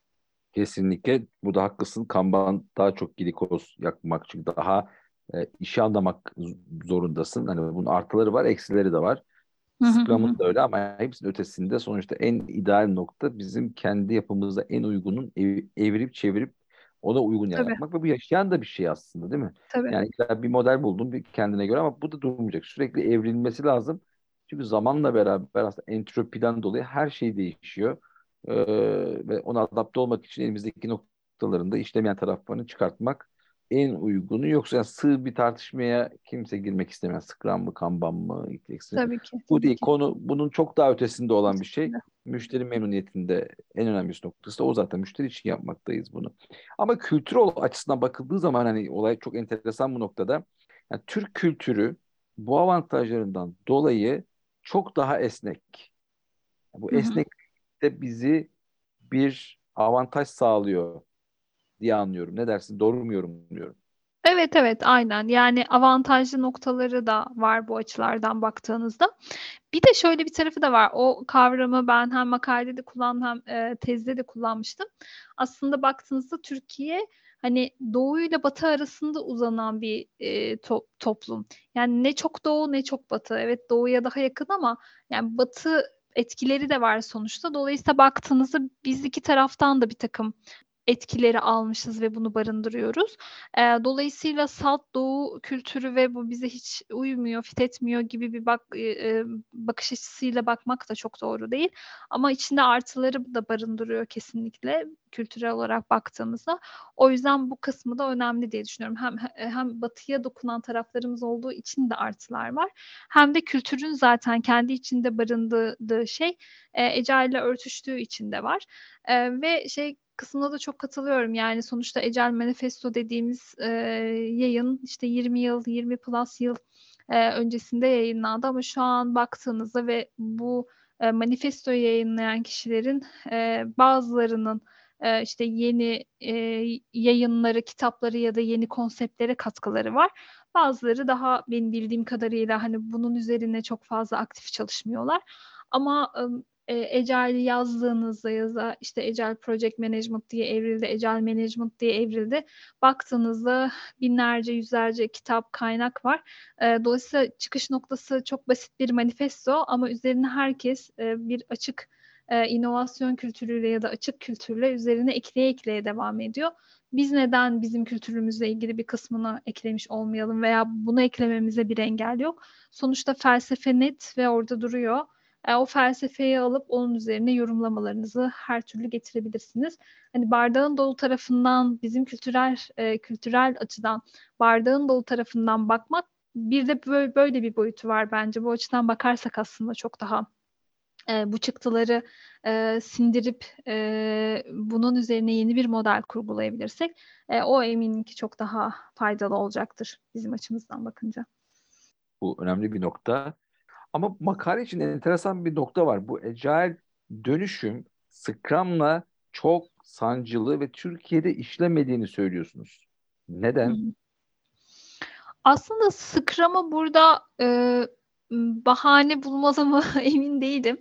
Kesinlikle burada haklısın. Kanban daha çok glikoz yakmak çünkü daha e, işi anlamak z- zorundasın. Hani bunun artıları var, eksileri de var. Hı hı Scrum'un hı. da öyle ama hepsinin ötesinde sonuçta en ideal nokta bizim kendi yapımızda en uygunun ev- evirip çevirip ona uygun Tabii, yapmak ve bu yaşayan da bir şey aslında değil mi? tabii. Yani illa bir model buldun bir kendine göre ama bu da durmayacak. Sürekli evrilmesi lazım. Çünkü zamanla beraber aslında entropiden dolayı her şey değişiyor. Ee, ve ona adapte olmak için elimizdeki noktalarında işlemeyen taraflarını çıkartmak en uygunu. Yoksa yani sığ bir tartışmaya kimse girmek istemez. Scrum mı, Kanban mı, X'li. Tabii ki, Bu tabii değil. ki. Konu bunun çok daha ötesinde olan bir şey. Kesinlikle. Müşteri memnuniyetinde en önemli noktası da o zaten. Müşteri için yapmaktayız bunu. Ama kültür ol- açısından bakıldığı zaman hani olay çok enteresan bu noktada. Yani Türk kültürü bu avantajlarından dolayı çok daha esnek. Bu Hı hı. esneklik de bizi bir avantaj sağlıyor diye anlıyorum. Ne dersin? Doğru mu yorumluyorum? Evet evet aynen yani avantajlı noktaları da var bu açılardan baktığınızda. Bir de şöyle bir tarafı da var. O kavramı ben hem makalede de kullandım hem e, tezde de kullanmıştım. Aslında baktığınızda Türkiye hani doğu ile batı arasında uzanan bir e, to- toplum. Yani ne çok doğu ne çok batı. Evet doğuya daha yakın ama yani batı etkileri de var sonuçta. Dolayısıyla baktığınızda biz iki taraftan da bir takım etkileri almışız ve bunu barındırıyoruz. Ee, dolayısıyla salt doğu kültürü ve bu bize hiç uymuyor, fit etmiyor gibi bir bak e, e, bakış açısıyla bakmak da çok doğru değil. Ama içinde artıları da barındırıyor kesinlikle kültürel olarak baktığımızda. O yüzden bu kısmı da önemli diye düşünüyorum. Hem hem batıya dokunan taraflarımız olduğu için de artılar var. Hem de kültürün zaten kendi içinde barındırdığı şey e, Ecel ile örtüştüğü için de var. E, ve şey kısmına da çok katılıyorum. Yani sonuçta Ecel Manifesto dediğimiz e, yayın işte yirmi yıl, yirmi plus yıl e, öncesinde yayınlandı ama şu an baktığınızda ve bu e, manifestoyu yayınlayan kişilerin e, bazılarının e, işte yeni e, yayınları, kitapları ya da yeni konseptlere katkıları var. Bazıları daha benim bildiğim kadarıyla hani bunun üzerine çok fazla aktif çalışmıyorlar. Ama e, Agile yazdığınızda yaza işte Agile Project Management diye evrildi, Agile Management diye evrildi. Baktığınızda binlerce, yüzlerce kitap, kaynak var. E, dolayısıyla çıkış noktası çok basit bir manifesto ama üzerine herkes e, bir açık e, inovasyon kültürüyle ya da açık kültürle üzerine ekleye ekleye devam ediyor. Biz neden bizim kültürümüzle ilgili bir kısmını eklemiş olmayalım veya bunu eklememize bir engel yok. Sonuçta felsefe net ve orada duruyor. E, o felsefeyi alıp onun üzerine yorumlamalarınızı her türlü getirebilirsiniz. Hani bardağın dolu tarafından bizim kültürel e, kültürel açıdan bardağın dolu tarafından bakmak bir de böyle, böyle bir boyutu var bence. Bu açıdan bakarsak aslında çok daha e, bu çıktıları e, sindirip e, bunun üzerine yeni bir model kurgulayabilirsek e, o eminim ki çok daha faydalı olacaktır bizim açımızdan bakınca. Bu önemli bir nokta. Ama makale için enteresan bir nokta var. Bu Agile dönüşüm Scrum'la çok sancılı ve Türkiye'de işlemediğini söylüyorsunuz. Hı Neden? hı. Aslında Scrum'a burada e, bahane bulmalı mı emin değilim.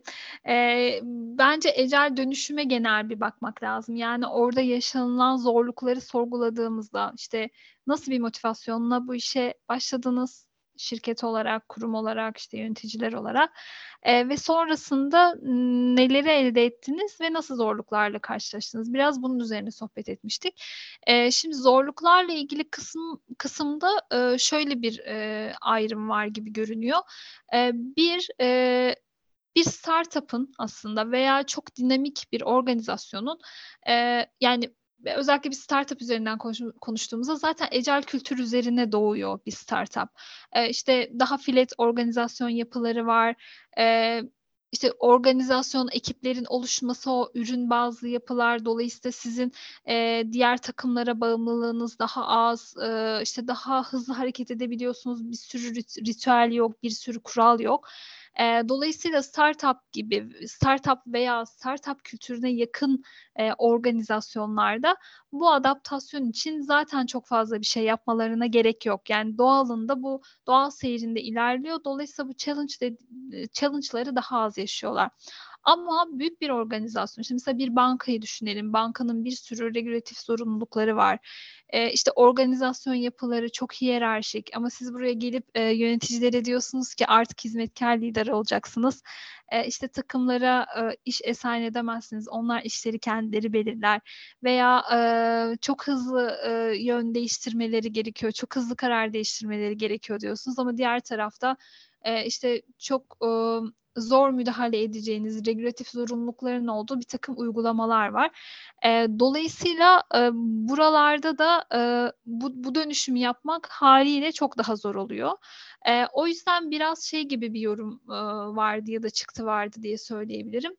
E, bence ecel dönüşüme genel bir bakmak lazım. Yani orada yaşanılan zorlukları sorguladığımızda işte nasıl bir motivasyonla bu işe başladınız? Şirket olarak, kurum olarak, işte yöneticiler olarak E, ve sonrasında neleri elde ettiniz ve nasıl zorluklarla karşılaştınız? Biraz bunun üzerine sohbet etmiştik. E, şimdi zorluklarla ilgili kısım kısımda e, şöyle bir e, ayrım var gibi görünüyor. E, bir e, bir startup'ın aslında veya çok dinamik bir organizasyonun e, yani özellikle bir startup üzerinden konuş, konuştuğumuzda zaten Agile kültür üzerine doğuyor bir startup. E, işte daha flat organizasyon yapıları var. E, işte organizasyon ekiplerin oluşması o ürün bazlı yapılar dolayısıyla sizin e, diğer takımlara bağımlılığınız daha az e, işte daha hızlı hareket edebiliyorsunuz bir sürü rit- ritüel yok bir sürü kural yok. E, dolayısıyla startup gibi startup veya startup kültürüne yakın e, organizasyonlarda bu adaptasyon için zaten çok fazla bir şey yapmalarına gerek yok. Yani doğalında bu doğal seyrinde ilerliyor. Dolayısıyla bu challenge de, challenge'ları daha az yaşıyorlar. Ama büyük bir organizasyon, işte mesela bir bankayı düşünelim. Bankanın bir sürü regülatif zorunlulukları var. Ee, işte organizasyon yapıları çok hiyerarşik ama siz buraya gelip e, yöneticilere diyorsunuz ki artık hizmetkar lider olacaksınız. E, işte takımlara e, iş esayin edemezsiniz. Onlar işleri kendileri belirler. Veya e, çok hızlı e, yön değiştirmeleri gerekiyor. Çok hızlı karar değiştirmeleri gerekiyor diyorsunuz ama diğer tarafta e, işte çok e, zor müdahale edeceğiniz regülatif zorunlulukların olduğu bir takım uygulamalar var. E, dolayısıyla e, buralarda da e, bu, bu dönüşümü yapmak haliyle çok daha zor oluyor. E, o yüzden biraz şey gibi bir yorum e, vardı ya da çıktı vardı diye söyleyebilirim.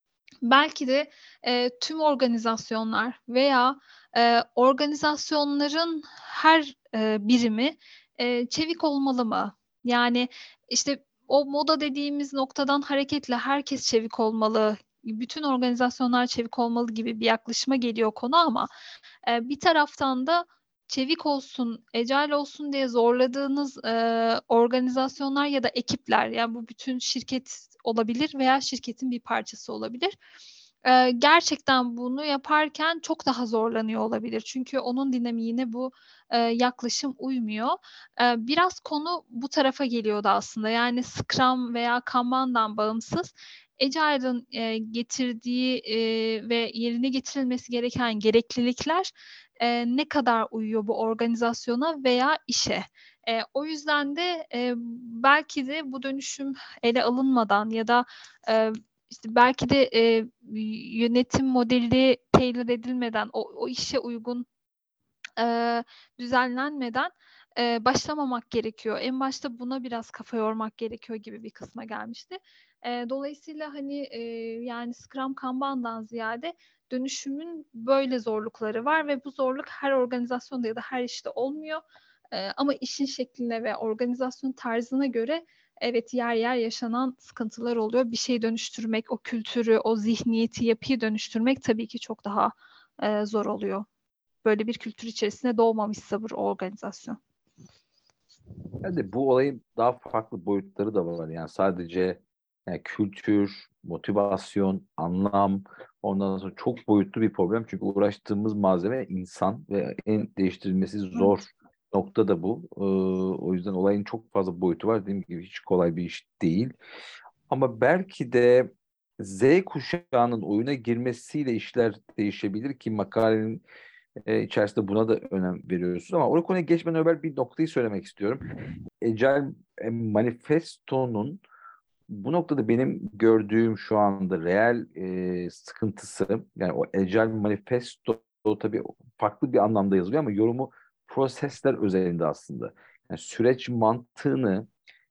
Belki de e, tüm organizasyonlar veya e, organizasyonların her e, birimi e, çevik olmalı mı? Yani işte o moda dediğimiz noktadan hareketle herkes çevik olmalı, bütün organizasyonlar çevik olmalı gibi bir yaklaşıma geliyor konu ama e, bir taraftan da çevik olsun, agile olsun diye zorladığınız e, organizasyonlar ya da ekipler, yani bu bütün şirket olabilir veya şirketin bir parçası olabilir. E, gerçekten bunu yaparken çok daha zorlanıyor olabilir. Çünkü onun dinamiğine bu e, yaklaşım uymuyor. E, biraz konu bu tarafa geliyordu aslında. Yani Scrum veya Kanban'dan bağımsız Agile'ın e, getirdiği e, ve yerine getirilmesi gereken gereklilikler e, ne kadar uyuyor bu organizasyona veya işe. E, o yüzden de e, belki de bu dönüşüm ele alınmadan ya da e, işte belki de e, yönetim modeli tailor edilmeden, o, o işe uygun e, düzenlenmeden e, başlamamak gerekiyor. En başta buna biraz kafa yormak gerekiyor gibi bir kısma gelmişti. E, dolayısıyla hani e, yani Scrum Kanban'dan ziyade dönüşümün böyle zorlukları var ve bu zorluk her organizasyonda ya da her işte olmuyor. E, ama işin şekline ve organizasyon tarzına göre evet yer yer yaşanan sıkıntılar oluyor. Bir şey dönüştürmek, o kültürü, o zihniyeti, yapıyı dönüştürmek tabii ki çok daha e, zor oluyor. Böyle bir kültür içerisinde doğmamışsa bu organizasyon. Yani bu olayın daha farklı boyutları da var. Yani sadece yani kültür, motivasyon, anlam, ondan sonra çok boyutlu bir problem. Çünkü uğraştığımız malzeme insan ve en değiştirilmesi zor Evet. nokta da bu. Ee, o yüzden olayın çok fazla boyutu var. Dediğim gibi hiç kolay bir iş değil. Ama belki de Z kuşağının oyuna girmesiyle işler değişebilir ki makalenin e, içerisinde buna da önem veriyorsunuz. Ama o konuya geçmeden evvel bir noktayı söylemek istiyorum. Agile e, Manifesto'nun bu noktada benim gördüğüm şu anda reel e, sıkıntısı, yani o Agile Manifesto tabii farklı bir anlamda yazılıyor ama yorumu prosesler özelinde aslında. Yani süreç mantığını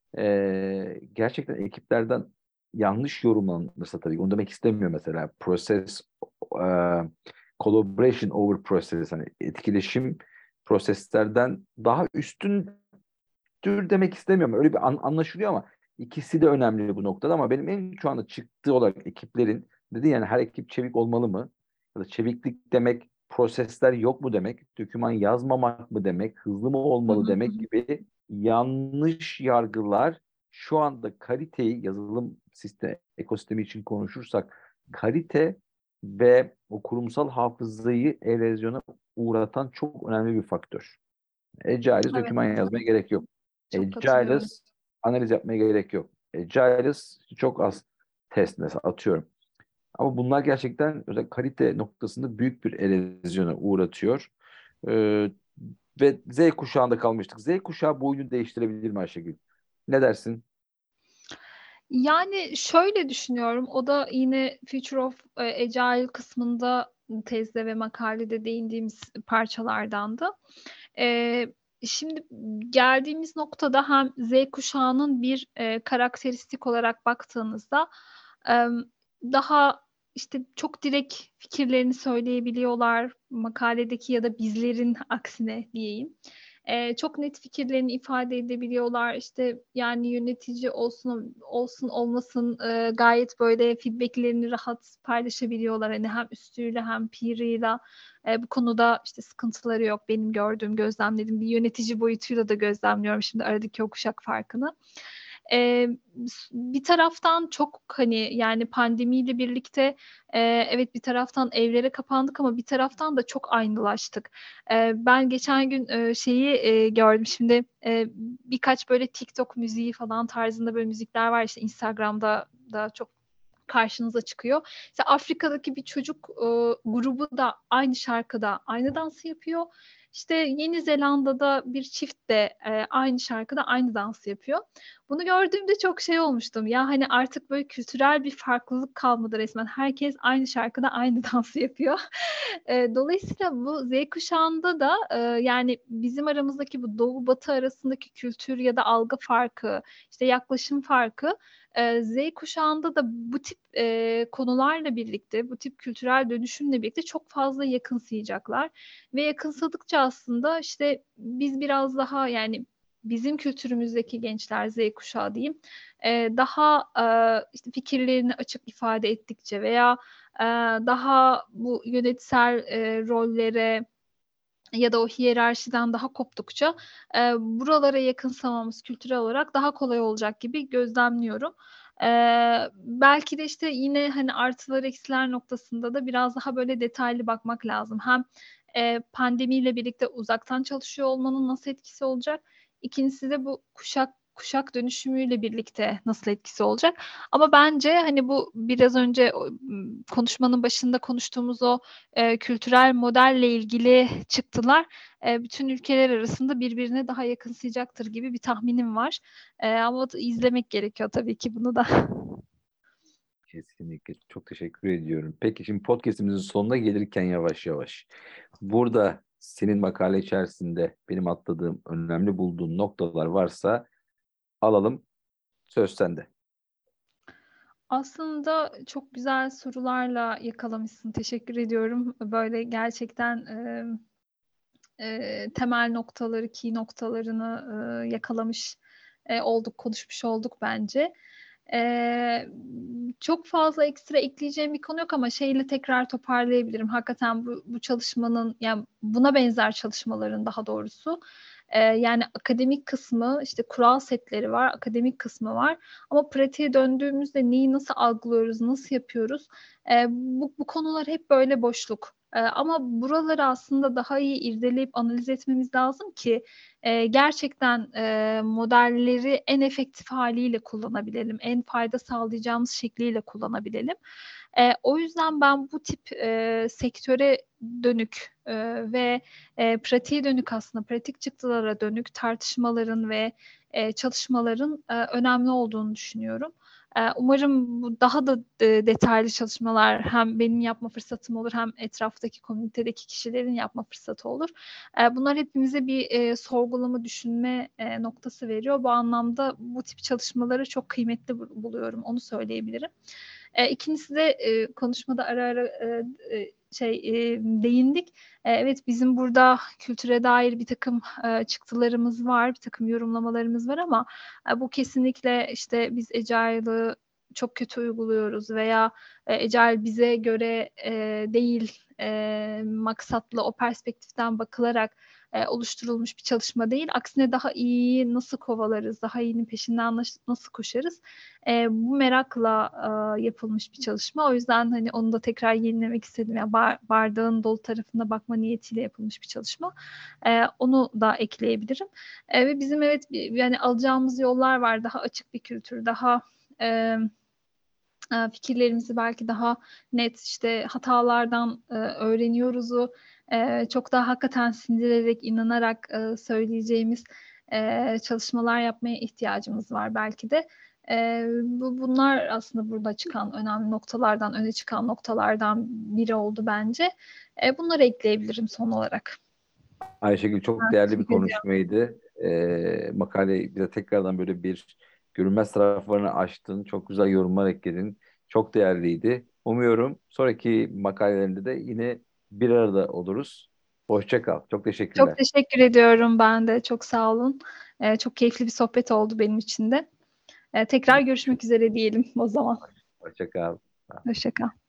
e, gerçekten ekiplerden yanlış yorumlanırsa, tabii onu demek istemiyor mesela, proses e, collaboration over process, hani etkileşim proseslerden daha üstündür demek istemiyorum. Öyle bir an, anlaşılıyor ama ikisi de önemli bu noktada. Ama benim en şu anda çıktığı olarak ekiplerin dedi, yani her ekip çevik olmalı mı? Ya da çeviklik demek prosesler yok mu demek? Doküman yazmamak mı demek? Hızlı mı Hı olmalı hı demek hı. gibi yanlış yargılar şu anda kaliteyi, yazılım sistemi ekosistemi için konuşursak, kalite ve o kurumsal hafızayı erozyona uğratan çok önemli bir faktör. Agile'ız, Evet, doküman yazmaya gerek yok. çok katılıyorum. Agile'ız, analiz yapmaya gerek yok. Agile'ız, çok az test mesela atıyorum. Ama bunlar gerçekten özel kalite noktasında büyük bir erozyona uğratıyor. Ee, ve Z kuşağında kalmıştık. Z kuşağı bu oyunu değiştirebilir mi Ayşegül? Ne dersin? Yani şöyle düşünüyorum. O da yine Future of e, Agile kısmında tezde ve makalede değindiğimiz parçalardandı. Ee, Şimdi geldiğimiz noktada hem Z kuşağının bir e, karakteristik olarak baktığınızda e, daha işte çok direkt fikirlerini söyleyebiliyorlar. Makaledeki ya da bizlerin aksine diyeyim. Ee, çok net fikirlerini ifade edebiliyorlar. İşte yani yönetici olsun olsun olmasın e, gayet böyle feedbacklerini rahat paylaşabiliyorlar. Hani hem üstüyle hem peer'ıyla e, bu konuda işte sıkıntıları yok. Benim gördüğüm, gözlemlediğim bir yönetici boyutuyla da gözlemliyorum şimdi aradaki o kuşak farkını. E, Bir taraftan çok hani yani pandemiyle birlikte e, evet bir taraftan evlere kapandık ama bir taraftan da çok aynılaştık. E, ben geçen gün e, şeyi e, gördüm şimdi e, birkaç böyle TikTok müziği falan tarzında böyle müzikler var işte Instagram'da da çok karşınıza çıkıyor. İşte Afrika'daki bir çocuk e, grubu da aynı şarkıda aynı dansı yapıyor. İşte Yeni Zelanda'da bir çift de e, aynı şarkıda aynı dansı yapıyor. Bunu gördüğümde çok şey olmuştum. Ya hani artık böyle kültürel bir farklılık kalmadı resmen. Herkes aynı şarkıda aynı dansı yapıyor. E, dolayısıyla bu Z kuşağında da e, yani bizim aramızdaki bu doğu batı arasındaki kültür ya da algı farkı, işte yaklaşım farkı e, Z kuşağında da bu tip e, konularla birlikte, bu tip kültürel dönüşümle birlikte çok fazla yakınsayacaklar. Ve yakınsadıkça aslında işte biz biraz daha yani bizim kültürümüzdeki gençler Z kuşağı diyeyim e, daha e, işte fikirlerini açık ifade ettikçe veya e, daha bu yönetsel e, rollere ya da o hiyerarşiden daha koptukça e, buralara yakınsamamız kültürel olarak daha kolay olacak gibi gözlemliyorum. Ee, belki de işte yine hani artılar eksiler noktasında da biraz daha böyle detaylı bakmak lazım. Hem e, pandemiyle birlikte uzaktan çalışıyor olmanın nasıl etkisi olacak? İkincisi de bu kuşak kuşak dönüşümüyle birlikte nasıl etkisi olacak? Ama bence hani bu biraz önce konuşmanın başında konuştuğumuz o e, kültürel modelle ilgili çıktılar e, bütün ülkeler arasında birbirine daha yakınsayacaktır gibi bir tahminim var. E, ama izlemek gerekiyor tabii ki bunu da. Kesinlikle. Çok teşekkür ediyorum. Peki şimdi podcast'imizin sonuna gelirken yavaş yavaş. Burada senin makale içerisinde benim atladığım, önemli bulduğun noktalar varsa alalım. Söz sende. Aslında çok güzel sorularla yakalamışsın. Teşekkür ediyorum. Böyle gerçekten e, e, temel noktaları, key noktalarını e, yakalamış e, olduk, konuşmuş olduk bence. E, çok fazla ekstra ekleyeceğim bir konu yok ama şeyle tekrar toparlayabilirim. Hakikaten bu, bu çalışmanın, yani buna benzer çalışmaların daha doğrusu, e, yani akademik kısmı, işte kural setleri var, akademik kısmı var. Ama pratiğe döndüğümüzde neyi nasıl algılıyoruz, nasıl yapıyoruz? E, bu, bu konular hep böyle boşluk. Ee, ama buraları aslında daha iyi irdeleyip analiz etmemiz lazım ki e, gerçekten e, modelleri en efektif haliyle kullanabilelim, en fayda sağlayacağımız şekliyle kullanabilelim. E, o yüzden ben bu tip e, sektöre dönük e, ve e, pratiğe dönük, aslında pratik çıktılara dönük tartışmaların ve e, çalışmaların e, önemli olduğunu düşünüyorum. Umarım bu daha da detaylı çalışmalar hem benim yapma fırsatım olur hem etraftaki komünitedeki kişilerin yapma fırsatı olur. Bunlar hepimize bir sorgulama, düşünme noktası veriyor. Bu anlamda bu tip çalışmaları çok kıymetli buluyorum, onu söyleyebilirim. İkincisi de konuşmada ara ara şey değindik. Evet, bizim burada kültüre dair bir takım çıktılarımız var, bir takım yorumlamalarımız var ama bu kesinlikle işte biz Agile'ı çok kötü uyguluyoruz veya e, Agile bize göre e, değil, e, maksatlı o perspektiften bakılarak e, oluşturulmuş bir çalışma değil. Aksine daha iyi nasıl kovalarız, daha iyinin peşinden nasıl koşarız? E, bu merakla e, yapılmış bir çalışma. O yüzden hani onu da tekrar yenilemek istedim. Yani bar, bardağın dolu tarafına bakma niyetiyle yapılmış bir çalışma. E, onu da ekleyebilirim. E, ve bizim evet yani alacağımız yollar var. Daha açık bir kültür, daha e, fikirlerimizi belki daha net, işte hatalardan e, öğreniyoruzu e, çok daha hakikaten sindirerek, inanarak e, söyleyeceğimiz e, çalışmalar yapmaya ihtiyacımız var belki de. E, bu, bunlar aslında burada çıkan önemli noktalardan, öne çıkan noktalardan biri oldu bence. E, bunları ekleyebilirim son olarak. Ayşegül, çok Ben değerli bir teşekkür ediyorum. konuşmaydı. Ee, makale bize tekrardan böyle bir görünmez taraflarını açtın. Çok güzel yorumlar ekledin. Çok değerliydi. Umuyorum sonraki makalelerinde de yine bir arada oluruz. Hoşça kal. Çok Çok teşekkürler. teşekkür ediyorum ben de. Çok sağ olun. E, çok keyifli bir sohbet oldu benim için de. E, tekrar görüşmek üzere diyelim o zaman. Hoşça kal. Hoşça kal.